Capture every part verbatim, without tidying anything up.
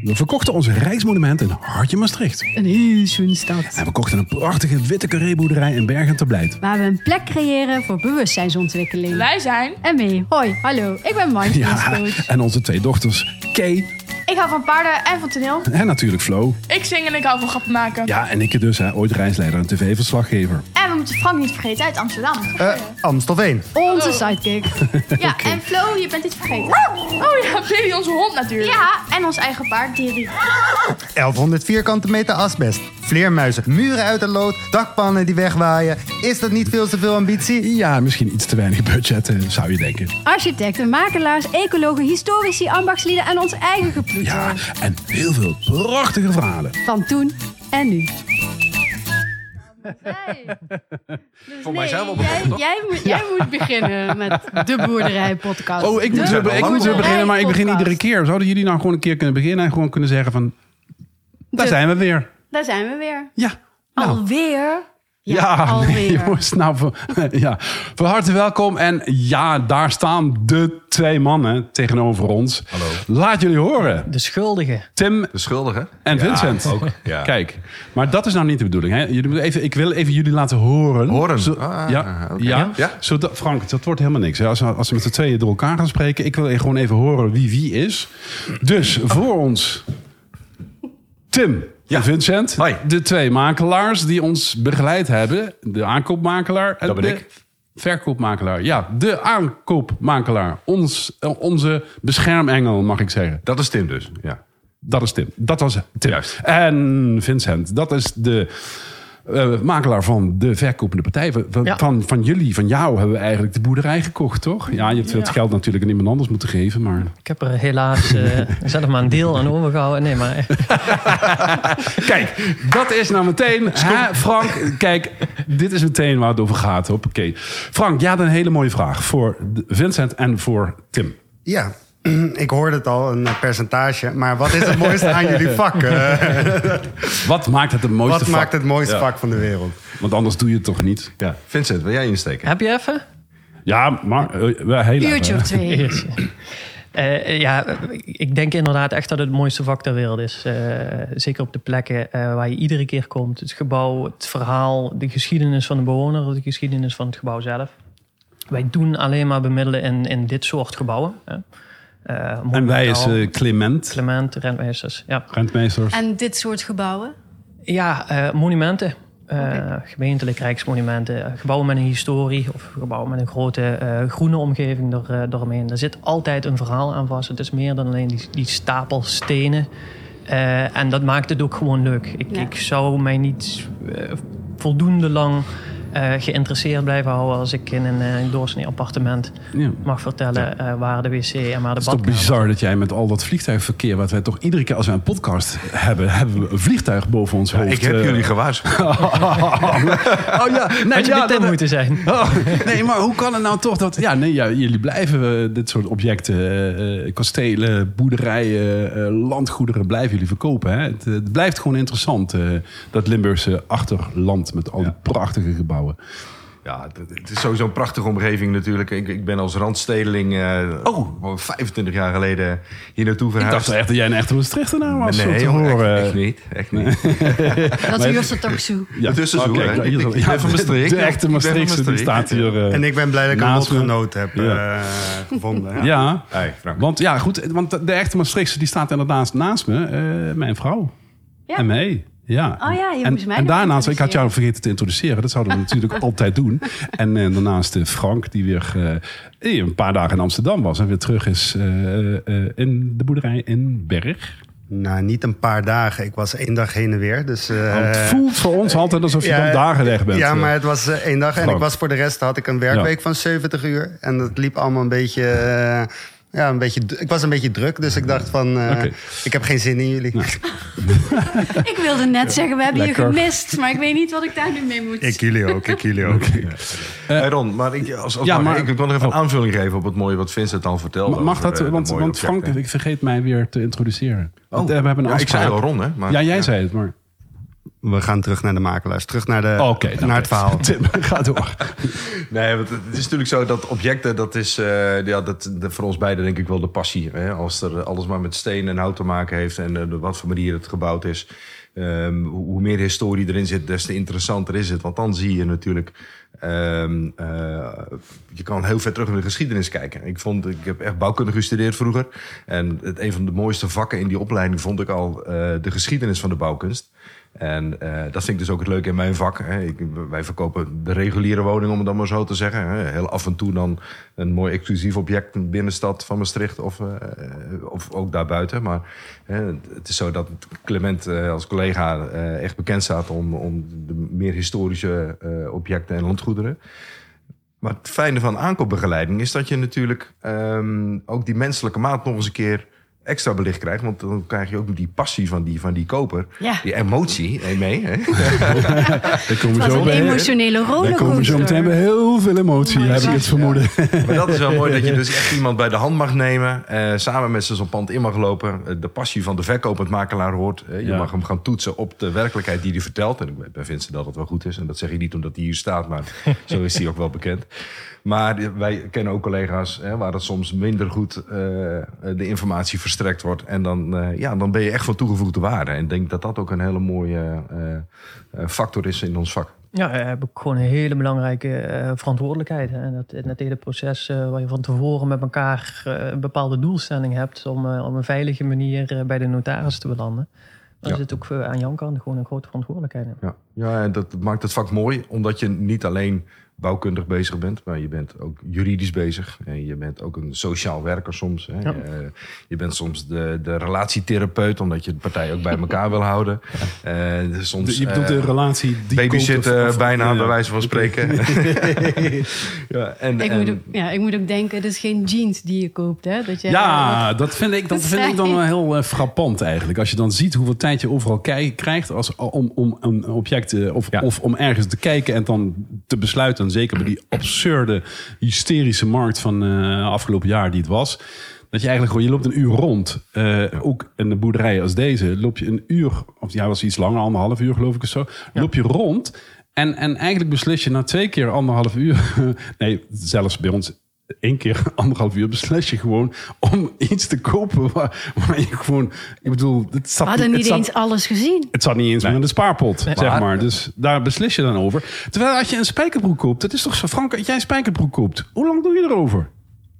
We verkochten ons Rijksmonument in Hartje Maastricht. Een heel schoon stad. En we kochten een prachtige witte carréboerderij in Bergen ter Blijt. Waar we een plek creëren voor bewustzijnsontwikkeling. Wij zijn... En mee. Hoi, hallo. Ik ben mindfulness Ja, coach. en onze twee dochters, Kay Ik hou van paarden en van toneel. en natuurlijk Flo. Ik zing en ik hou van grappen maken. Ja, en ik dus, hè, ooit reisleider en tv-verslaggever. En we moeten Frank niet vergeten uit Amsterdam. Uh, Amstelveen. Onze sidekick. Ja, en Flo, je bent iets vergeten. Oh ja, Billy, onze hond natuurlijk. Ja, en ons eigen paard, Diri. elfhonderd vierkante meter asbest. Vleermuizen, muren uit de lood, dakpannen die wegwaaien. Is dat niet veel te veel ambitie? Ja, misschien iets te weinig budget, eh, zou je denken. Architecten, makelaars, ecologen, historici, ambachtslieden en ons eigen geploeter. Ja, en heel veel prachtige verhalen. Van toen en nu. Hey. Dus Voor mij zijn we al jij, begonnen, toch? jij, moet, jij moet beginnen met de Boerderij-podcast. Oh, ik De moet, zo, ik moet zo beginnen, maar ik begin Boerderij-podcast. iedere keer. Zouden jullie nou gewoon een keer kunnen beginnen en gewoon kunnen zeggen van... Daar De- zijn we weer. Daar zijn we weer. Ja. Nou. Alweer? Ja, alweer. nee, jongens, nou, van, ja, van harte welkom. En ja, daar staan de twee mannen tegenover ons. Hallo. Laat jullie horen. De schuldige. Tim De schuldige. en Ja, Vincent. ook. Ja. Kijk, maar dat is nou niet de bedoeling. Hè? Jullie moeten even, ik wil even jullie laten horen. Horen? Zo- Ah, ja, oké. ja. Ja. Zodat, Frank, dat wordt helemaal niks. Hè? Als, we- als we met z'n tweeën door elkaar gaan spreken. Ik wil gewoon even horen wie wie is. Dus voor ons Tim Ja. en Vincent. Hoi. De twee makelaars die ons begeleid hebben. De aankoopmakelaar en Dat ben de ik. verkoopmakelaar. Ja, de aankoopmakelaar. Ons, eh, onze beschermengel, mag ik zeggen. Dat is Tim dus. Ja. Dat is Tim. Dat was Tim. Juist. En Vincent, dat is de eh, makelaar van de verkopende partij. Van, Ja. van, van jullie, van jou, hebben we eigenlijk de boerderij gekocht, toch? Ja, je hebt het Ja. geld natuurlijk aan iemand anders moeten geven, maar... Ik heb er helaas uh, zelf maar een deel aan overgehouden. Nee, maar Kijk, dat is nou meteen... Hè, Frank, kijk, dit is meteen waar het over gaat. Oké. Frank, jij had een hele mooie vraag voor Vincent en voor Tim. Ja, ik hoorde het al, een percentage. Maar wat is het mooiste aan jullie vak? Uh, Wat maakt het het mooiste wat vak? maakt het mooiste Ja. vak van de wereld? Want anders doe je het toch niet? Ja. Vincent, wil jij insteken? heb je even? Ja, maar uh, wel heel Een uurtje erg, of hè. twee. Eerst. Uh, ja, ik denk inderdaad echt dat het het mooiste vak ter wereld is. Uh, zeker op de plekken uh, waar je iedere keer komt. Het gebouw, het verhaal, de geschiedenis van de bewoner, de geschiedenis van het gebouw zelf. Wij doen alleen maar bemiddelen in, in dit soort gebouwen. Hè. Uh, En wij is monumentaal, uh, Clement, Clement, rentmeesters. Ja, rentmeesters. En dit soort gebouwen? ja uh, monumenten. Uh, Oké. Gemeentelijk rijksmonumenten. Uh, gebouwen met een historie of gebouwen met een grote uh, groene omgeving er, uh, eromheen. Er zit altijd een verhaal aan vast. Het is meer dan alleen die, die stapel stenen. Uh, en dat maakt het ook gewoon leuk. Ik, Ja. ik zou mij niet uh, voldoende lang uh, geïnteresseerd blijven houden als ik in een uh, doorsnee appartement Ja. mag vertellen uh, waar de wc en waar de Het is toch badkamer bizar dat jij met al dat vliegtuigverkeer... wat wij toch iedere keer als we een podcast hebben... hebben we een vliegtuig boven ons Ja, hoofd. ik heb eh. jullie gewaarschuwd. Oh ja, nee, Had je ja, de Tim dat- moeten zijn? Oh, nee, maar hoe kan het nou toch dat... Ja, nee, ja, jullie blijven eh, dit soort objecten... eh, eh, kastelen, boerderijen, eh, landgoederen... blijven jullie verkopen. Hè? Het, het blijft gewoon interessant, eh, dat Limburgse achterland... met al die prachtige gebouwen. Ja, het- het is sowieso een prachtige omgeving natuurlijk. Ik, ik ben als randstedeling uh, Oh. vijfentwintig jaar geleden hier naartoe Ik verhuisd. dacht echt dat jij een echte Maastrichtenaar was. nee, zo te jongen, horen. echt, echt niet. Echt niet. Dat Maar- huurt er toch zo. Ja. Tussen Oh, zo, kijk, hè. hier zo- Ik- ik ben van Maastricht. De Ja, echte ik ben van Maastrichtse, die Maastricht. staat hier... eh, En ik ben blij dat ik een naast me. lotgenoot heb Ja. uh, gevonden. Ja. Ja, Hey, Frank. want ja, goed, want de echte Maastrichtse die staat inderdaad naast me, eh, mijn vrouw. Ja. En mij. Ja. Oh ja, je en, moest mij en nog daarnaast, ik had jou introduceren. vergeten te introduceren. Dat zouden we natuurlijk altijd doen. En eh, daarnaast eh, Frank, die weer eh, een paar dagen in Amsterdam was en weer terug is eh, eh, in de boerderij in Berg. Nou, niet een paar dagen. Ik was één dag heen en weer. Dus, uh, Want het voelt voor ons altijd alsof je ja, dan dagen weg bent. Ja, maar het was uh, één dag. En Frank. ik was voor de rest had ik een werkweek Ja. van zeventig uur. En dat liep allemaal een beetje... Uh, ja, een beetje, ik was een beetje druk, dus ik dacht van... Uh, Oké. ik heb geen zin in jullie. Ja. Ik wilde net zeggen, we hebben Lekker. je gemist. Maar ik weet niet wat ik daar nu mee moet. Ik jullie ook, ik jullie ook. Hey Ron, maar ik, als, als ja, mag, maar- ik wil nog even oh. een aanvulling geven op het mooie wat Vincent al vertelde. Ma- Mag over, dat? eh, Want, mooie want Frank, objecten. ik vergeet mij weer te introduceren. Want, Oh, eh, we hebben een ja, ik zei afspraak. al Ron, hè? Maar, Ja, jij zei het, maar... we gaan terug naar de makelaars. Terug naar, de, okay, naar nou, het verhaal. Tim, ga door. Nee, want het is natuurlijk zo dat objecten, dat is uh, ja, dat, dat voor ons beiden denk ik wel de passie. Hè? Als er alles maar met steen en hout te maken heeft en uh, de wat voor manier het gebouwd is. Um, hoe meer historie erin zit, des te interessanter is het. Want dan zie je natuurlijk... Um, uh, je kan heel ver terug in de geschiedenis kijken. Ik, vond, ik heb echt bouwkunde gestudeerd vroeger. En het, een van de mooiste vakken in die opleiding vond ik al uh, de geschiedenis van de bouwkunst. En uh, dat vind ik dus ook het leuke in mijn vak. Hè. Ik, wij verkopen de reguliere woning, om het dan maar zo te zeggen. Hè. Heel af en toe dan een mooi exclusief object in de binnenstad van Maastricht of, uh, of ook daarbuiten. Maar hè, het is zo dat Clement uh, als collega uh, echt bekend staat om, om de meer historische uh, objecten en landgoederen. Maar het fijne van aankoopbegeleiding is dat je natuurlijk um, ook die menselijke maat nog eens een keer extra belicht krijgt. Want dan krijg je ook die passie van die, van die koper. Ja. Die emotie eh, mee. Hè? Daar komen Het was zo een bij, emotionele daar komen we zo rollercoaster. meteen bij heel veel emotie, heb ik het vermoeden. Maar dat is wel mooi dat je dus echt iemand bij de hand mag nemen. Uh, samen met ze zo'n pand in mag lopen. Uh, de passie van de verkopend makelaar hoort. Uh, je Ja. mag hem gaan toetsen op de werkelijkheid die hij vertelt. En ik weet bij Vincent dat het wel goed is. En dat zeg je niet omdat hij hier staat. Maar zo is hij ook wel bekend. Maar wij kennen ook collega's hè, waar het soms minder goed uh, de informatie verstrekt wordt. En dan, uh, ja, dan ben je echt van toegevoegde waarde. En ik denk dat dat ook een hele mooie uh, factor is in ons vak. Ja, we hebben ook gewoon een hele belangrijke uh, verantwoordelijkheid. Hè? En dat, in het hele proces uh, waar je van tevoren met elkaar uh, een bepaalde doelstelling hebt om uh, op een veilige manier uh, bij de notaris te belanden. Dan Ja. zit ook uh, aan jouw kant gewoon een grote verantwoordelijkheid in. Ja, ja en dat maakt het vak mooi, omdat je niet alleen bouwkundig bezig bent, maar je bent ook juridisch bezig. En je bent ook een sociaal werker soms. Hè. Ja. Je, je bent soms de, de relatietherapeut, omdat je de partij ook bij elkaar wil houden. Ja. Uh, soms, Je bedoelt de uh, relatie die babysitten koopt of- of- bijna, ja. bij wijze van spreken. ja, en, Ik, en, moet ook, ja, ik moet ook denken, het is geen jeans die je koopt. Hè? Dat je, Ja, dat vind ik, dat vind ik dan wel heel uh, frappant eigenlijk. Als je dan ziet hoeveel tijd je overal kei- krijgt als, om, om een object uh, of, Ja. of om ergens te kijken en dan te besluiten. En zeker bij die absurde, hysterische markt van uh, afgelopen jaar die het was. Dat je eigenlijk gewoon, je loopt een uur rond. Uh, ook in een boerderij als deze loop je een uur, of ja, was iets langer, anderhalf uur geloof ik of zo. Ja. Loop je rond en, en eigenlijk beslis je na twee keer anderhalf uur. Nee, zelfs bij ons één keer anderhalf uur beslis je gewoon om iets te kopen waar, waar je gewoon, ik bedoel, het zat We hadden het niet zat- eens alles gezien. het zat niet eens meer in de spaarpot, zeg Maar- maar. Dus daar beslis je dan over. Terwijl als je een spijkerbroek koopt, dat is toch zo, Frank, als jij een spijkerbroek koopt, hoe lang doe je erover?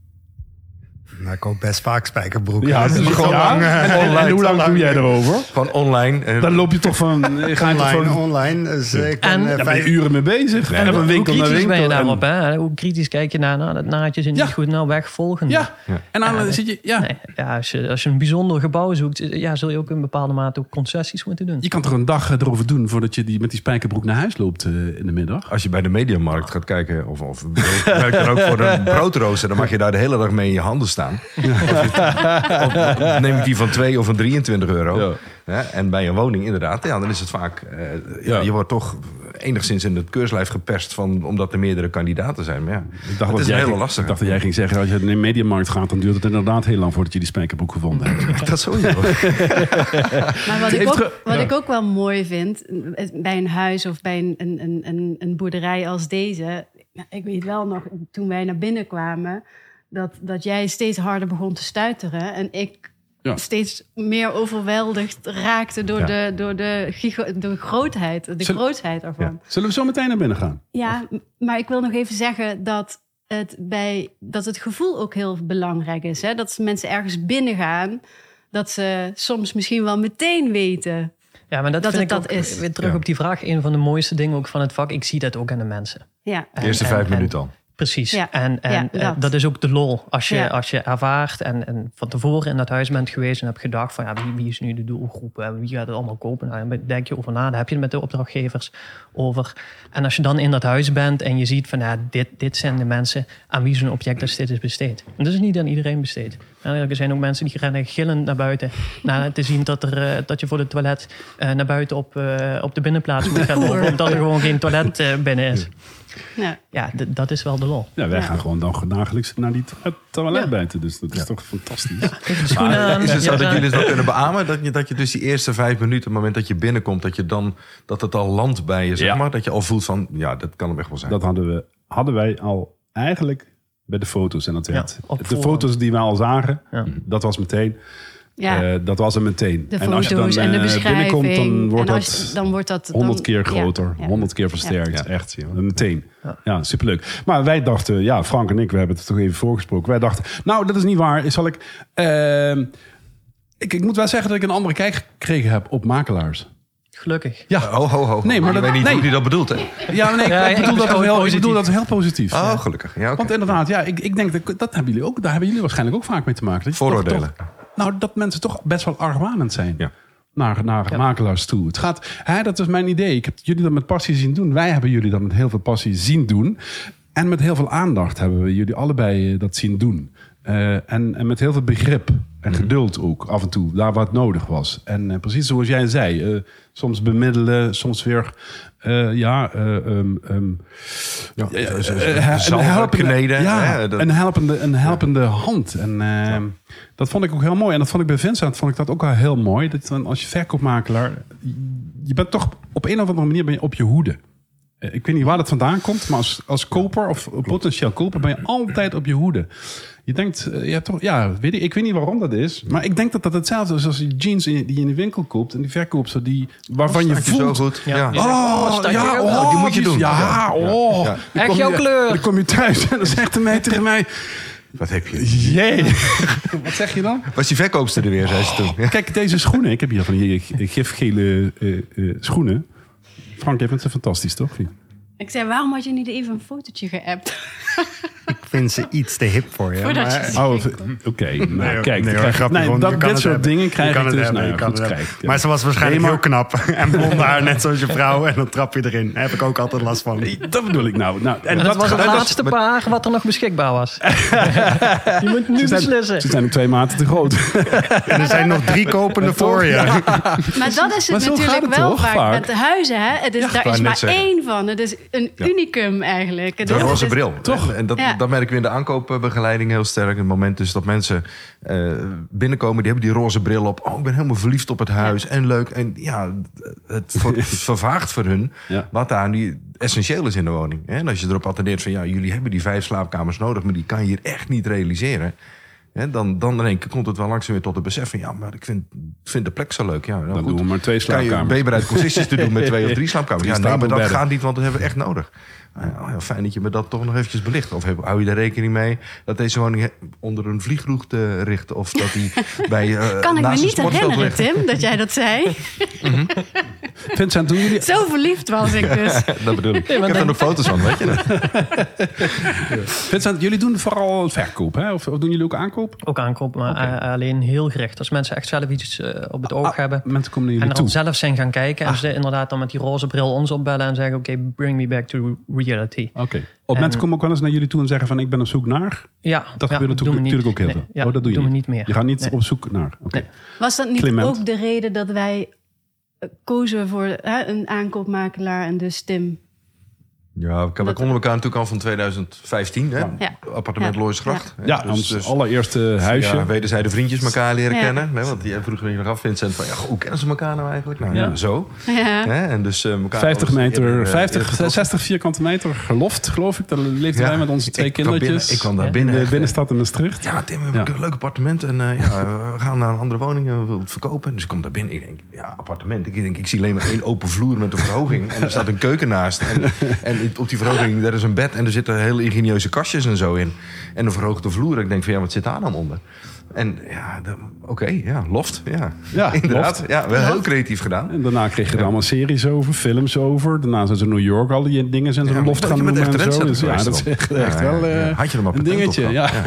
Nou, ik koop best vaak spijkerbroeken. Ja, Dus dat is niet gewoon zo lang, ja. eh, En, en hoe lang doe jij erover? Gewoon online. Uh, Dan loop je toch van, ga je toch online, van, online. Dus eh, ik ben En- eh, daar ben vijf je uren mee bezig. Nee, en maar van Hoe winkel naar kritisch winkel. ben je en- daarop? Hè? Hoe kritisch kijk je naar, nou, dat naadje is niet Ja. goed, nou weg, volgende. Ja, en dan Ja, zit je, ja. Nee, ja, als, je, als je een bijzonder gebouw zoekt, ja, zul je ook in bepaalde mate ook concessies moeten doen. Je kan toch een dag eh, erover doen voordat je die, met die spijkerbroek naar huis loopt uh, in de middag? Als je bij de Mediamarkt gaat kijken, of, of werk dan ook voor een broodrooster, dan mag je daar de hele dag mee in je handen staan. Of, of neem ik die van twee of van drieëntwintig euro. Ja. Ja, en bij een woning inderdaad, ja, dan is het vaak... Uh, ja, Ja. je wordt toch enigszins in het keurslijf geperst van, omdat er meerdere kandidaten zijn. Maar ja, Ik dacht, het dat is jij een hele ging- lastige. ik dacht dat jij ging zeggen, als je naar de mediamarkt gaat, dan duurt het inderdaad heel lang voordat je die spijkerbroek gevonden hebt. Dat sowieso. Maar wat, ik Even ook, terug- wat ja. ik ook wel mooi vind, bij een huis of bij een, een, een, een boerderij als deze. Ik weet wel nog, toen wij naar binnen kwamen, dat, dat jij steeds harder begon te stuiteren. En ik Ja. steeds meer overweldigd raakte door, Ja. de, door de, giga- de grootheid, de Zullen- grootheid ervan. Ja. Zullen we zo meteen naar binnen gaan? Ja, m- maar ik wil nog even zeggen dat het, bij, dat het gevoel ook heel belangrijk is. Hè? Dat mensen ergens binnengaan, dat ze soms misschien wel meteen weten. Ja, maar dat, Dat vind het ik dat ook, is. weer terug Ja. op die vraag. Een van de mooiste dingen ook van het vak. Ik zie dat ook aan de mensen. Ja, De eerste En- vijf en- en- minuten al. Precies. Ja, En, en ja, eh, dat. dat is ook de lol. Als je, Ja. als je ervaart en, en van tevoren in dat huis bent geweest... en hebt gedacht van ja, wie, wie is nu de doelgroep? En wie gaat het allemaal kopen? Nou, dan denk je over na. Daar heb je het met de opdrachtgevers over. En als je dan in dat huis bent en je ziet van ja, dit, dit zijn de mensen... aan wie zo'n object als dit is besteed. En dat is niet aan iedereen besteed. Er zijn ook mensen die rennen gillend naar buiten. Na te zien dat, er, uh, dat je voor het toilet uh, naar buiten op, uh, op de binnenplaats moet gaan lopen. Omdat er gewoon geen toilet uh, binnen is. Ja, ja d- dat is wel de lol. Ja, wij ja. gaan gewoon dan dagelijks naar die toilet ja. buiten. Dus dat is ja. toch fantastisch. Ja. Maar, is het zo dat jullie het wel kunnen beamen? Dat je, dat je dus die eerste vijf minuten, op het moment dat je binnenkomt, dat je dan dat het al landt bij je, zeg ja. maar. Dat je al voelt van, ja, dat kan hem echt wel zijn. Dat hadden we, hadden wij al eigenlijk bij de foto's. En dat werd, ja, de foto's die we al zagen, ja. dat was meteen. Ja. Uh, dat was er meteen. De en als je dan en de uh, binnenkomt, dan wordt, als, dat dan wordt dat honderd keer groter, honderd ja. keer versterkt. Ja. Echt, ja. meteen. Ja. ja, superleuk. Maar wij dachten, ja, Frank en ik, we hebben het toch even voorgesproken. Wij dachten, nou, dat is niet waar. Zal ik, uh, ik, ik moet wel zeggen dat ik een andere kijk gekregen heb op makelaars. Gelukkig. Ja, ho, ho, ho. Nee, maar ik dat, weet niet nee. hoe hij dat bedoelt. Hè? Ja, nee, ik, ja, ik, bedoel dat heel, ik bedoel dat heel positief. Oh, ja. gelukkig. Ja, okay. Want inderdaad, ja, ik, ik denk dat, dat hebben jullie ook, daar hebben jullie waarschijnlijk ook vaak mee te maken. Vooroordelen. Toch, nou, dat mensen toch best wel argwanend zijn. Ja. Naar, naar ja. makelaars toe. Het gaat, hè, dat is mijn idee. Ik heb jullie dat met passie zien doen. Wij hebben jullie dat met heel veel passie zien doen. En met heel veel aandacht hebben we jullie allebei dat zien doen. Uh, en, en met heel veel begrip en geduld ook af en toe, daar waar het nodig was. En uh, precies zoals jij zei, uh, soms bemiddelen, soms weer uh, ja, uh, um, um, ja uh, uh, uh, een helpende, kneden, ja, hè, dat... een helpende, een helpende ja. hand. En uh, ja. dat vond ik ook heel mooi. En dat vond ik bij Vincent vond ik dat ook al heel mooi. Dat als je verkoopmakelaar, je bent toch op een of andere manier ben je op je hoede. Ik weet niet waar dat vandaan komt, maar als, als koper of potentieel koper ben je altijd op je hoede. Je denkt, je hebt toch, ja, weet ik, ik weet niet waarom dat is, maar ik denk dat dat hetzelfde is als die jeans die je in de winkel koopt en die verkoopster die waarvan oh, je voelt. Zo goed. Ja. Ja. Oh, oh, ja, oh, oh, die moet je doen. Ja, oh. Ja. Ja. Echt jouw kleur. Dan kom je thuis en dan zegt de meid tegen mij. Wat heb je? Jee. Wat zeg je dan? Was die verkoopster er weer, zei ze toen. Ja. Kijk, deze schoenen. Ik heb hier van die gifgele uh, uh, schoenen. Frank, jij vindt ze fantastisch, toch? Ik zei, waarom had je niet even een fotootje geappt? Ik vind ze iets te hip voor je. Voordat maar... je oh, Oké, okay. nou, nee, kijk. nee, krijg, hoor, nee, dat, dit soort hebben. dingen krijg je ik dus. Hebben, nou, ja, goed, krijg, ja. Maar ze was waarschijnlijk nee, maar... heel knap. En blond haar, net zoals je vrouw. En dan trap je erin. Daar heb ik ook altijd last van. Dat bedoel ik nou. nou en, en dat was het laatste was... paar wat er nog beschikbaar was. Je moet nu ze zijn, beslissen. Ze zijn ook twee maten te groot. En er zijn nog drie kopende voor je. Ja. Maar dat is het natuurlijk wel toch, vaak. vaak. Met de huizen, hè? Het is, ja, daar is maar zeggen. één van. Het is een ja. unicum eigenlijk. Het de roze is, bril. Toch? En dat, ja. dat merk ik weer in de aankoopbegeleiding heel sterk. Het moment is dat mensen uh, binnenkomen, die hebben die roze bril op. Oh, ik ben helemaal verliefd op het huis. Ja. En leuk. En ja, het vervaagt voor hun ja. wat daar nu essentieel is in de woning. En als je erop attendeert van ja, jullie hebben die vijf slaapkamers nodig, maar die kan je hier echt niet realiseren. He, dan, dan in één keer komt het wel langzaam weer tot het besef van ja, maar ik vind, vind de plek zo leuk. Ja, nou dan goed, doen we maar twee slaapkamers. Kan je bereid concessies te doen met twee of drie slaapkamers? Ja, nee, maar dat gaat niet, want dat hebben we echt nodig. Nou, ja, fijn dat je me dat toch nog eventjes belicht. Of heb, hou je er rekening mee dat deze woning onder een vliegvloed richt? Of dat die bij uh, kan ik me niet herinneren, ligt. Tim, dat jij dat zei. Mm-hmm. Vincent, doen jullie... Zo verliefd was ik dus. Dat bedoel ik. Ik heb er nog foto's van, weet je dat? Ja. Vincent, jullie doen vooral verkoop, hè? Of doen jullie ook aankoop? Ook aankoop, maar okay. alleen heel gericht. Als mensen echt zelf iets uh, op het oog ah, hebben. Mensen komen naar jullie en er toe. zelf zijn gaan kijken. Ah. En ze inderdaad dan met die roze bril ons opbellen en zeggen, oké, okay, bring me back to reality. Oké. Okay. Of en, mensen komen ook wel eens naar jullie toe en zeggen van ik ben op zoek naar. Ja, dat ja, gebeurt natuurlijk, natuurlijk ook heel veel. Nee, ja, oh, dat doe je doen niet. We niet meer. Je gaat niet nee. op zoek naar. Okay. Nee. Was dat niet Clement. ook de reden dat wij kozen voor hè, een aankoopmakelaar en dus Tim? Ja, we konden elkaar natuurlijk al van tweeduizend vijftien, hè? Ja. Appartement ja. Looisgracht. Ja, ja dus, ons dus, allereerste huisje. Ja, wederzijde vriendjes elkaar leren ja. kennen. Hè? Want die vroeg je nog af, Vincent, van ja, hoe kennen ze elkaar nou eigenlijk? Nou, ja. ja zo. Ja. Hè? En dus, uh, elkaar vijftig meter, eerder, vijftig, uh, zestig vierkante meter geloft, geloof ik. Daar leefden ja. wij met onze twee ik kindertjes. Binnen, ik kwam daar ja. binnen. In de binnenstad in Maastricht. Ja, Tim, we hebben ja. een leuk appartement. En uh, ja, we gaan naar een andere woning en we willen het verkopen. Dus ik kom daar binnen. Ik denk, ja, appartement. Ik denk, ik zie alleen maar één open vloer met een verhoging. En er staat een keuken naast. En, en op die verhoging, daar is een bed. En er zitten hele ingenieuze kastjes en zo in. En een verhoogde vloer. Ik denk van, ja, wat zit daar dan onder? En ja, oké, okay, ja, loft. Ja, ja inderdaad. Loft. Ja, wel heel creatief gedaan. En daarna kreeg je er ja. allemaal series over, films over. Daarna zijn ze in New York al die dingen zijn ze ja, loft gaan noemen en zo. Dus, ja, dat is echt, echt ja, wel uh, had je er maar een dingetje. Ja. Ja.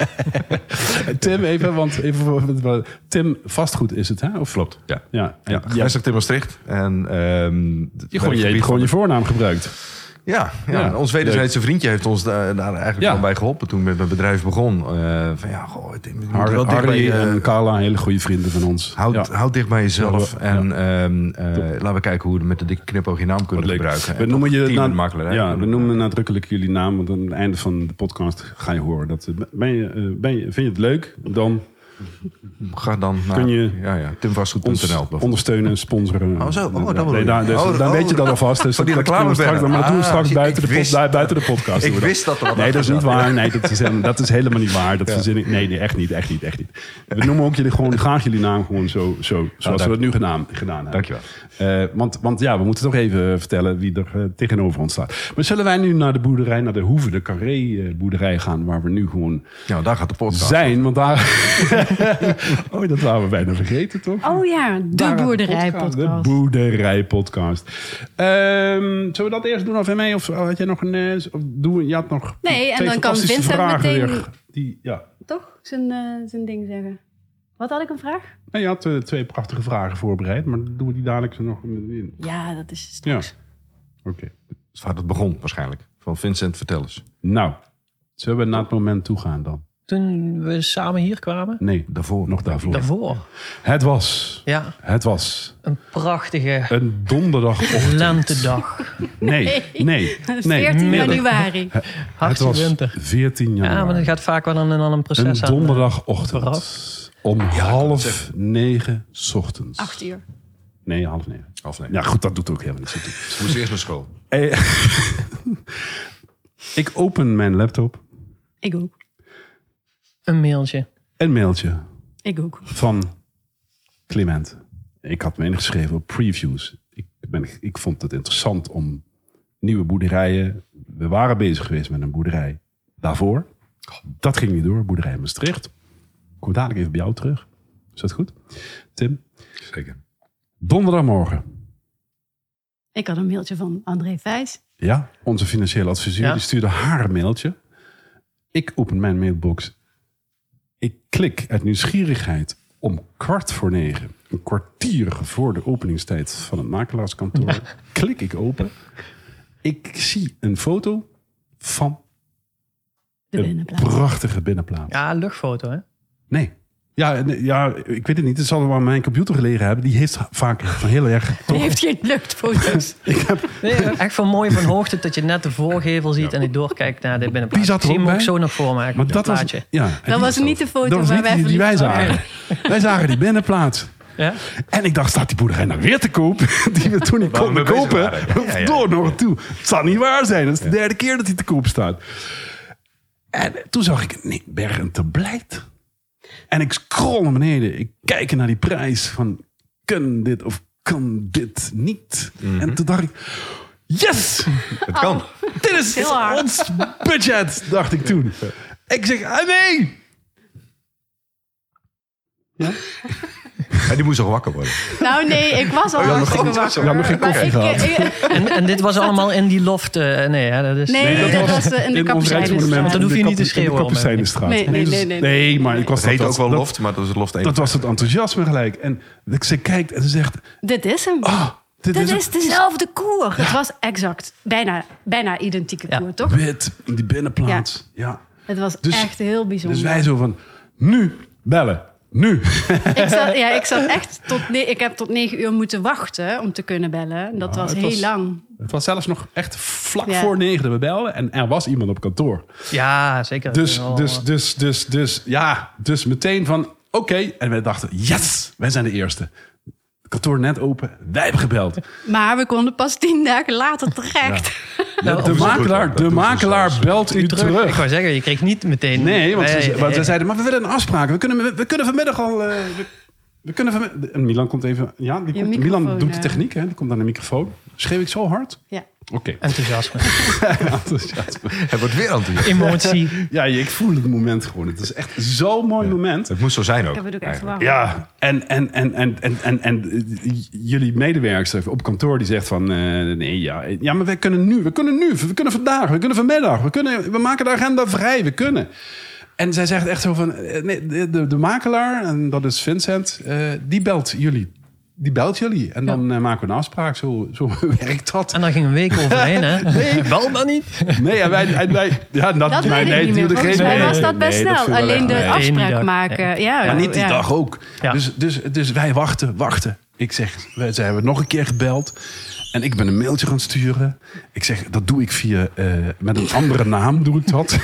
Tim, even, want even, Tim Vastgoed is het, hè? Of klopt? Ja. Ja. ja. ja. Gevestigd in Maastricht. En um, je gewoon je, gewoon je voornaam gebruikt. Ja, ja. Ja, ons wederzijdse vriendje heeft ons daar, daar eigenlijk Ja. al bij geholpen toen met mijn bedrijf begon. Uh, van ja, goh, het moet Harry, wel dicht bij Harry je- en Carla, hele goede vrienden van ons. Houd, Ja. houd dicht bij jezelf. Ja. En um, uh, laten we kijken hoe we met de dikke knipoog je naam kunnen Wat leuk. gebruiken. We En noemen, je team na- en makelaar, hè? ja, we noemen nadrukkelijk jullie naam. Want aan het einde van de podcast ga je horen. Dat, ben je, uh, ben je, vind je het leuk? Dan Ga dan naar kun je ja, ja, timvastgoed punt n l ons bijvoorbeeld. ondersteunen, sponsoren. Oh, zo. Oh, dat bedoel nee, je. daar, dus, Oh, dan oh, weet je dat oh. alvast. Dus Van die dat, dat, doen we straks, reclamebanner. maar dat doen we Ah, straks ik buiten, de, pod, wist- buiten de podcast. Ik doen we dat. wist dat er wat Nee, dat is achter niet zat. waar. Nee, dat is, helemaal- dat is helemaal niet waar. Dat Ja. verzin ik. Nee, nee, echt niet, echt niet, echt niet. We noemen ook jullie gewoon graag jullie naam gewoon zo, zo zoals we dank- het nu gedaan, gedaan hebben. Dankjewel. Uh, want, want ja, we moeten toch even vertellen wie er uh, tegenover ons staat. Maar zullen wij nu naar de boerderij, naar de Hoeve, de Carré-boerderij gaan, waar we nu gewoon Ja, daar gaat de podcast. zijn? Want daar... oh, dat waren we bijna vergeten, toch? Oh ja, de Daar gaat boerderijpodcast. De boerderijpodcast. Ehm zullen we dat eerst doen of mee? Of had jij nog een... eh, Of doen we, je had nog Nee, en twee dan kan fantastische Vincent vragen meteen- weer. Die, ja. Toch? Zijn, eh, zijn ding zeggen. Wat had ik een vraag? En je had uh, twee prachtige vragen voorbereid, maar doen we die dadelijk zo nog in? Ja, dat is Ja, straks. oké. Okay. Dat is waar het begon waarschijnlijk. Van Vincent, vertel eens. Nou, zullen we naar het moment toe gaan dan? Toen we samen hier kwamen. Nee, Daarvoor. nog daarvoor. Daarvoor. Het was, Ja, het was een prachtige een donderdagochtend. lentedag. Nee, nee, nee. veertien midden. januari. Het Hartstikke was winter. veertien januari. Ja, maar dat gaat vaak wel een, een, een proces Een aan. donderdagochtend. vooraf. Om half negen 's ochtends. Acht uur. Nee, half negen. Half negen. Ja, goed, dat doet ook helemaal niet zo toe. Ze moest eerst naar school. Eh, ik open mijn laptop. Ik ook. Een mailtje. Een mailtje Ik ook. van Clement. Ik had me ingeschreven op previews. Ik, ben, ik vond het interessant om nieuwe boerderijen. We waren bezig geweest met een boerderij daarvoor. Dat ging niet door, boerderij Maastricht. Ik kom dadelijk even bij jou terug. Is dat goed? Tim? Zeker. Donderdagmorgen. Ik had een mailtje van André Vijs. Ja, onze financiële adviseur. Ja. Die stuurde haar een mailtje. Ik open mijn mailbox. Ik klik uit nieuwsgierigheid om kwart voor negen. Een kwartier voor de openingstijd van het makelaarskantoor. Ja. Klik ik open. Ik zie een foto van De een binnenplaats. prachtige binnenplaats. Ja, luchtfoto, hè? Nee. Ja, nee, ja, ik weet het niet. Het zal wel aan mijn computer gelegen hebben. Die heeft vaak van heel erg... Hij Toch, heeft geen luchtfoto's. ik heb, Nee, echt van mooi van hoogte dat je net de voorgevel ziet en je doorkijkt naar de binnenplaats. Die zat er Ik zie ook hem ook bij. zo nog voor me. maar dat was, plaatje. ja, en Dat die- was niet de foto dat was waar niet wij die, die wij verliefd waren. zagen. Wij zagen die binnenplaats. Ja? En ik dacht, staat die boerderij nou weer te koop? Die we toen niet Waar we konden mee bezig kopen. waren. Ja, ja, ja. Door nog toe. Het zal niet waar zijn. Dat is de derde keer dat hij te koop staat. En toen zag ik, nee, Bergen te Blijt. En ik scroll naar beneden. Ik kijk naar die prijs van, kan dit of kan dit niet? Mhm. En toen dacht ik, yes! Het kan. Dit is Heel hard. ons budget, dacht ik toen. Ik zeg, ah, nee! Ja? Ja, die moest nog wakker worden. Nou nee, ik was al Oh, je had nog hartstikke geen- wakker. je had nog geen Maar koffie ik- gehad. ik- En, en dit was allemaal in die loft. eh, nee, hè, dat is, Nee, Nee, dat was eh, in de ons Kapucijnenstraat. rijksmonument. Dan hoef je in de niet te Kap- schreeuwen In de om, Kapucijnenstraat. Nee, nee, nee, nee, Nee, maar ik was Het heet dat, ook wel dat- loft, maar dat is loft één. Dat was het enthousiasme gelijk. En ze kijkt en ze zegt, Dit is hem. ah, dit Dit is, is dezelfde koer. Het was exact. Bijna, bijna identieke Ja. koer, toch? wit, die binnenplaats. Ja. Het was Dus- echt heel bijzonder. Dus wij zo van, nu bellen. Nu. Ik zat, ja, ik zat echt tot... ne- Ik heb tot negen uur moeten wachten om te kunnen bellen. Dat Ja, was het heel was- lang. Het was zelfs nog echt vlak Ja. voor negen dat we belden. En er was iemand op kantoor. Ja, zeker. Dus, Wel, dus, eh, dus, dus, dus, ja. Dus meteen van, oké. En wij dachten, yes, wij zijn de eerste. Kantoor net open, wij hebben gebeld. Maar we konden pas tien dagen later terecht. De, Nou, de doen ze goed, makelaar, hoor. Dat de doen ze makelaar zelfs. belt u Ik terug. wou zeggen, je kreeg niet meteen... Nee, want, ze, Nee, want ze nee. zeiden, maar we willen een afspraak. We kunnen, we kunnen vanmiddag al... eh, we, we kunnen vanmiddag, en Milan komt even... Ja, die Je komt, microfoon, Milan doet de eh. techniek, hè? Die komt aan de microfoon. Schreef ik zo hard? Ja. Oké. Enthousiasme, Enthousiasme. Het wordt weer enthousiast. emotie. Ja, ik voel het moment gewoon. Het is echt zo'n mooi moment. Het moest zo zijn ook. Ik heb het ook echt eigenlijk. verwacht. Ja, en, en, en, en, en, en, en eh, jullie medewerkster op kantoor die zegt van... eh, nee, ja, ja, maar wij kunnen nu, we kunnen nu, we kunnen vandaag, we kunnen vanmiddag. We, kunnen, we maken de agenda vrij, we kunnen. En zij zegt echt zo van... eh, nee, de, de, de makelaar, en dat is Vincent, eh, die belt jullie die belt jullie. En dan ja. uh, maken we een afspraak. Zo, zo werkt dat. En dan ging een week overheen, hè? Nee, bel maar niet. Nee, en wij... En wij ja, dat dat mij, weet nee, ik niet meer. Volgens mij was dat best nee, snel. Dat Alleen de nee. afspraak nee, maken. Ja. Ja, maar niet die ja. dag ook. Ja. Dus, dus, dus wij wachten, wachten. Ik zeg, wij ze hebben nog een keer gebeld. En ik ben een mailtje gaan sturen. Ik zeg, dat doe ik via... Uh, met een andere naam doe ik dat.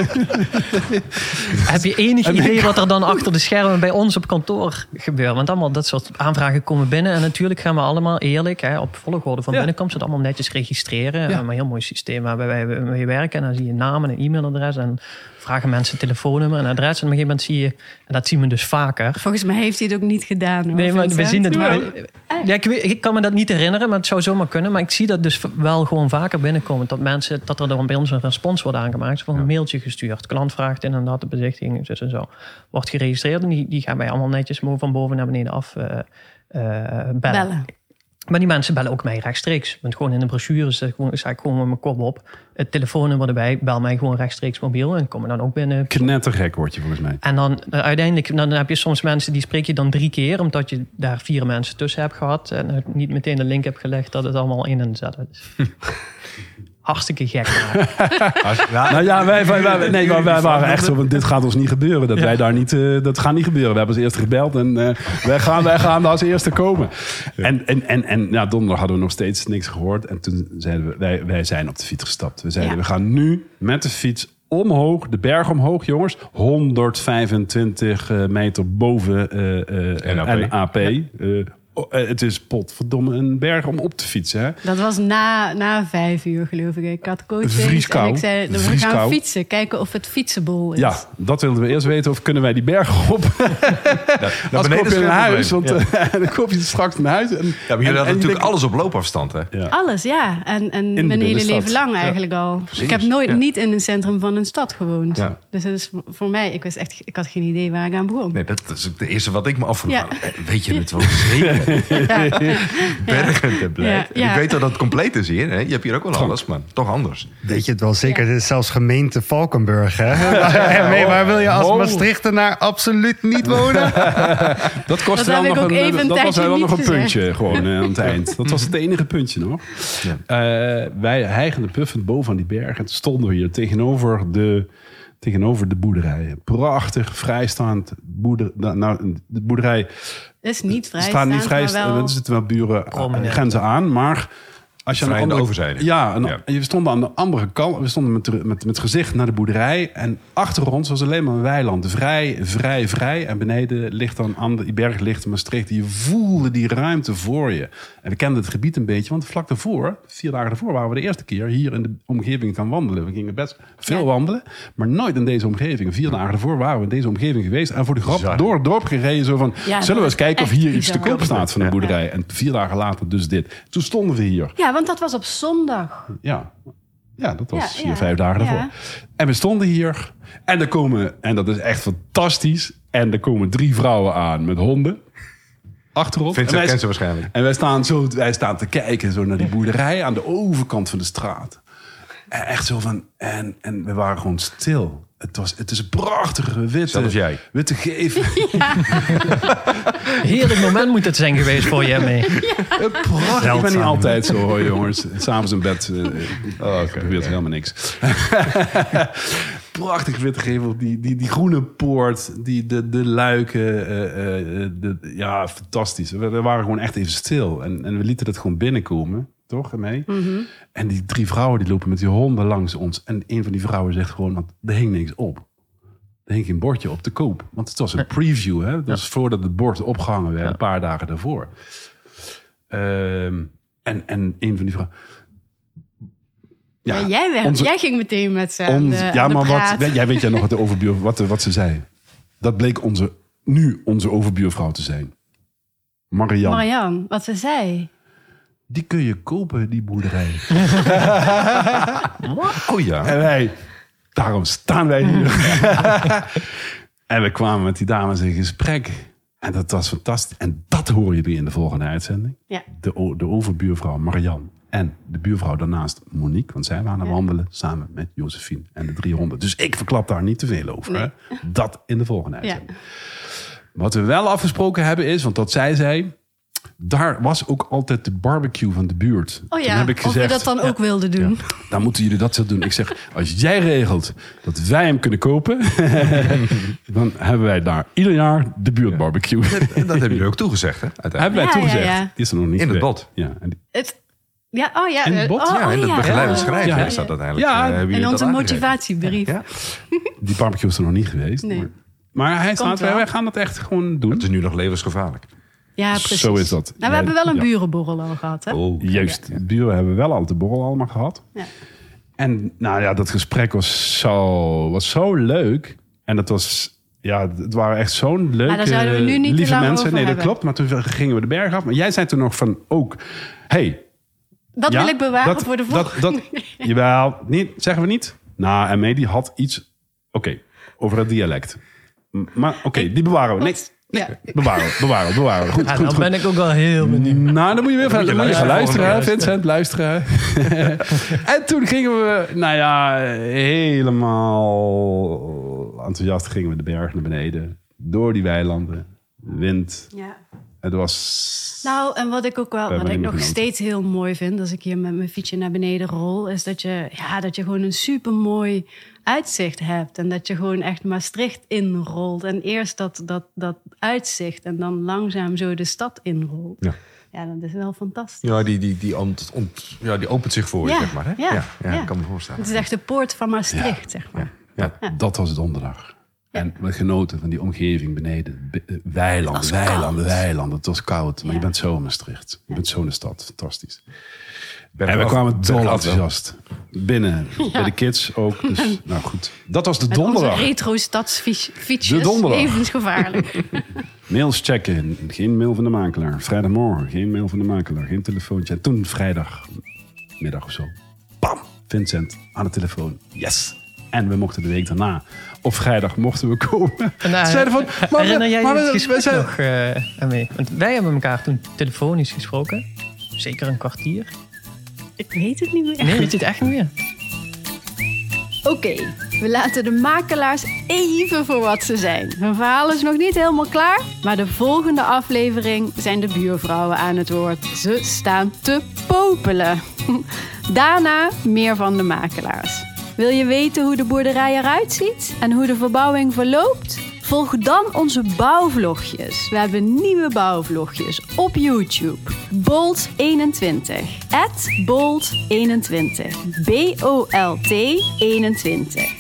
Heb je enig idee wat er dan achter de schermen bij ons op kantoor gebeurt? Want allemaal dat soort aanvragen komen binnen. En natuurlijk gaan we allemaal eerlijk, hè, op volgorde van ja. binnenkomst, het allemaal netjes registreren. Ja. We hebben een heel mooi systeem waar wij mee werken. En dan zie je naam en een e-mailadres. En vragen mensen telefoonnummer en adres. En op een gegeven moment zie je... En dat zien we dus vaker. Volgens mij heeft hij het ook niet gedaan. Hoor, nee, maar we zien het wel. wel. Ja, ik, weet, ik kan me dat niet herinneren, maar het zou zomaar kunnen. Maar ik zie dat dus wel gewoon vaker binnenkomen. Dat mensen, dat er dan bij ons een respons wordt aangemaakt. Van een ja. mailtje gestuurd. Klant vraagt inderdaad de bezichtiging. Dus en zo. Wordt geregistreerd en die, die gaan wij allemaal netjes van boven naar beneden af uh, uh, bellen. bellen. Maar die mensen bellen ook mij rechtstreeks. Want gewoon in de brochure sta ik gewoon met mijn kop op. Het telefoonnummer erbij. Bel mij gewoon rechtstreeks mobiel. En komen dan ook binnen. Knettergek word je volgens mij. En dan uh, uiteindelijk dan heb je soms mensen die spreek je dan drie keer. Omdat je daar vier mensen tussen hebt gehad. En uh, niet meteen de link hebt gelegd dat het allemaal in en zet is. Hartstikke gek. Ja, nou ja, wij, wij, wij, nee, wij, wij waren echt zo van, dit gaat ons niet gebeuren. Dat ja. wij daar niet, uh, dat gaat niet gebeuren. We hebben als eerste gebeld en uh, wij, gaan, wij gaan als eerste komen. Ja. En, en, en, en ja, donderdag hadden we nog steeds niks gehoord. En toen zeiden we, wij, wij zijn op de fiets gestapt. We zeiden, ja. we gaan nu met de fiets omhoog, de berg omhoog, jongens. honderdvijfentwintig meter boven uh, uh, N A P. Ja. Uh, Het is potverdomme een berg om op te fietsen. Hè? Dat was na, na vijf uur, geloof ik. Ik had coaching en ik zei, we Vrieskou. gaan fietsen. Kijken of het fietsable is. Ja, dat wilden we eerst weten. Of kunnen wij die berg op? Ja, als koop je een huis. Want ja. uh, dan koop je straks een huis. En, ja, maar jullie hadden natuurlijk denk, alles op loopafstand. Hè? Ja. Alles, ja. En, en mijn hele leven lang eigenlijk ja. al. Precies. Ik heb nooit ja. niet in een centrum van een stad gewoond. Ja. Dus dat is voor mij, ik, wist echt, ik had geen idee waar ik aan begon. Nee, dat is het eerste wat ik me afvroeg. Ja. Weet je het wel zeker? Ja. Bergen te blijven. Ja, ja. Ik weet dat het compleet is hier. Hè? Je hebt hier ook wel alles, maar toch anders. Weet je het wel zeker? Ja. Dit is zelfs gemeente Valkenburg. Hè? Ja, nee, waar wil je als Maastrichtenaar absoluut niet wonen? Dat kost dat wel nog een, een dat was wel nog een puntje gezegd. gewoon uh, aan het eind. Dat was het enige puntje nog. Ja. Uh, wij hijgende puffend boven aan die berg. En toen stonden we hier tegenover de... Tegenover de boerderijen. Prachtig, vrijstaand boerder, nou, de boerderij. Is niet vrijstaand, staat niet vrij, maar wel... Er zitten wel buren aan de grenzen aan, maar als je vrij aan de, aan de overzijde. Ja, en, ja, we stonden aan de andere kant. We stonden met, met, met gezicht naar de boerderij. En achter ons was alleen maar een weiland. Vrij, vrij, vrij. En beneden ligt dan aan de berg ligt Maastricht. Je voelde die ruimte voor je. En we kenden het gebied een beetje. Want vlak daarvoor, vier dagen daarvoor, waren we de eerste keer hier in de omgeving gaan wandelen. We gingen best veel ja. wandelen. Maar nooit in deze omgeving. Vier dagen daarvoor waren we in deze omgeving geweest. En voor de grap Bizar. door het dorp gereden. Zo van, ja, zullen we eens kijken of hier iets te koop staat van de boerderij. Ja. En vier dagen later dus dit. Toen stonden we hier. Ja, want dat was op zondag. Ja, ja dat was ja, vier, ja. vijf dagen daarvoor. Ja. En we stonden hier. En er komen, en dat is echt fantastisch. En er komen drie vrouwen aan met honden. Achterop. Vindt ze kent ze waarschijnlijk. En wij staan, zo, wij staan te kijken zo naar die boerderij aan de overkant van de straat. En echt zo van... En, en we waren gewoon stil. Het, was, het is een prachtige witte... Zelfs jij. Witte gevel. Ja. Heerlijk moment moet het zijn geweest voor je mee. Ja. Prachtig. Ik ben niet altijd zo hoor, jongens. S'avonds in bed uh, oh, okay. gebeurt helemaal niks. Prachtig witte gevel. Die, die, die groene poort. Die, de, de luiken. Uh, uh, de, ja, fantastisch. We, we waren gewoon echt even stil. En, en we lieten het gewoon binnenkomen. Toch, mee? Mm-hmm. En die drie vrouwen die lopen met die honden langs ons. En een van die vrouwen zegt gewoon... Want er hing niks op. Er hing geen bordje op te koop. Want het was een preview. Hè? Dat was ja. voordat het bord opgehangen werd. Ja. Een paar dagen daarvoor. Um, en, en een van die vrouwen... Ja, ja, jij, werd, onze, jij ging meteen met ze aan ons, de, Ja, aan de maar praat. wat, jij weet jij nog wat de overbuur, wat, wat ze zei. Dat bleek onze, nu onze overbuurvrouw te zijn. Marianne. Marianne, wat ze zei. Die kun je kopen, die boerderij. Oh ja. En wij, daarom staan wij hier. En we kwamen met die dames in gesprek. En dat was fantastisch. En dat hoor je weer in de volgende uitzending. Ja. De, de overbuurvrouw Marianne. En de buurvrouw daarnaast Monique. Want zij waren aan ja. wandelen samen met Josephine en de drie honden. Dus ik verklap daar niet te veel over. Nee. Hè? Dat in de volgende uitzending. Ja. Wat we wel afgesproken hebben is, want dat zij zei... daar was ook altijd de barbecue van de buurt. Oh ja, Toen heb ik of gezegd, we dat dan ook wilden doen. Ja, dan moeten jullie dat zo doen. Ik zeg, als jij regelt dat wij hem kunnen kopen... dan hebben wij daar ieder jaar de buurtbarbecue. Dat, dat hebben jullie ook toegezegd, hè? Hebben wij Ja, toegezegd. ja, ja. Die is er nog niet In het geweest. bot. Ja, en die- Het, ja, oh ja. In het bot? Oh, Ja, in oh het ja. begeleidend Oh, schrijven ja, ja. staat uiteindelijk. Ja, eh, hebben jullie En dat onze aangegeven. motivatiebrief. Ja. die barbecue is er nog niet geweest. Nee. Maar, maar hij staat, wel. wij gaan dat echt gewoon doen. Het is nu nog levensgevaarlijk. Ja, precies. Zo is dat. Nou, we hebben wel een Ja. burenborrel al gehad, hè? Oh. Juist, de buren hebben wel al de borrel allemaal gehad. Ja. En nou ja, dat gesprek was zo, was zo leuk. En dat was, ja, het waren echt zo'n leuke, daar zouden we nu niet te lieve lang mensen. over Nee, dat hebben. klopt. Maar toen gingen we de berg af. Maar jij zei toen nog van ook, hey, Dat ja, wil ik bewaren dat- voor de dat, volgende. dat, Jawel, niet, zeggen we niet. Nou, en mee die had iets, oké, over het dialect. M- Maar oké, die bewaren we. Nee, Ja. bewaren we, bewaren we, bewaren we. Goed, Ja, goed, dan goed. ben ik ook wel heel benieuwd. Nou, dan moet je weer van, dan moet je gaan luisteren, hè, luisteren. Vincent, luisteren. En toen gingen we, nou ja, helemaal enthousiast gingen we de berg naar beneden. Door die weilanden, wind. Ja. Het was... Nou, en wat ik ook wel, hebben wat ik helemaal nog genoten. steeds heel mooi vind als ik hier met mijn fietsje naar beneden rol, is dat je, ja, dat je gewoon een supermooi uitzicht hebt. En dat je gewoon echt Maastricht inrolt. En eerst dat, dat, dat uitzicht en dan langzaam zo de stad inrolt. Ja. Ja, dat is wel fantastisch. Ja, die, die, die, ont, ont- ja, die opent zich voor je, Ja, zeg maar. Hè? ja, ja, ja, ja. ik kan me voorstellen. Het is echt de poort van Maastricht, zeg maar. Ja. Ja, dat was donderdag. En we genoten van die omgeving beneden. Be- eh, Weilanden, was weilanden, koud. weilanden. Het was koud, maar Ja. je bent zo in Maastricht. Je bent zo in de stad. Fantastisch. Berg En we af- kwamen berg dol af wel. enthousiast. Binnen, bij de kids ook. Dus, nou goed. Dat was de Met onze donderdag. retro stadsfietsjes. De donderdag. Levensgevaarlijk. Mails checken. Geen mail van de makelaar. Vrijdagmorgen. Geen mail van de makelaar. Geen telefoontje. En toen vrijdagmiddag of zo. Bam! Vincent aan de telefoon. Yes! En we mochten de week daarna. Op vrijdag mochten we komen. En, uh, Ze zeiden van, maar we- herinner jij maar je we- het we gesprek zijn- nog uh, mee? Want wij hebben elkaar toen telefonisch gesproken. Zeker een kwartier. Ik weet het niet meer. Nee, weet je het echt niet meer? Oké, we laten de makelaars even voor wat ze zijn. Hun verhaal is nog niet helemaal klaar, maar de volgende aflevering zijn de buurvrouwen aan het woord. Ze staan te popelen. Daarna meer van de makelaars. Wil je weten hoe de boerderij eruit ziet en hoe de verbouwing verloopt? Volg dan onze bouwvlogjes. We hebben nieuwe bouwvlogjes op YouTube. Bolt eenentwintig. at Bolt eenentwintig. B O L T eenentwintig.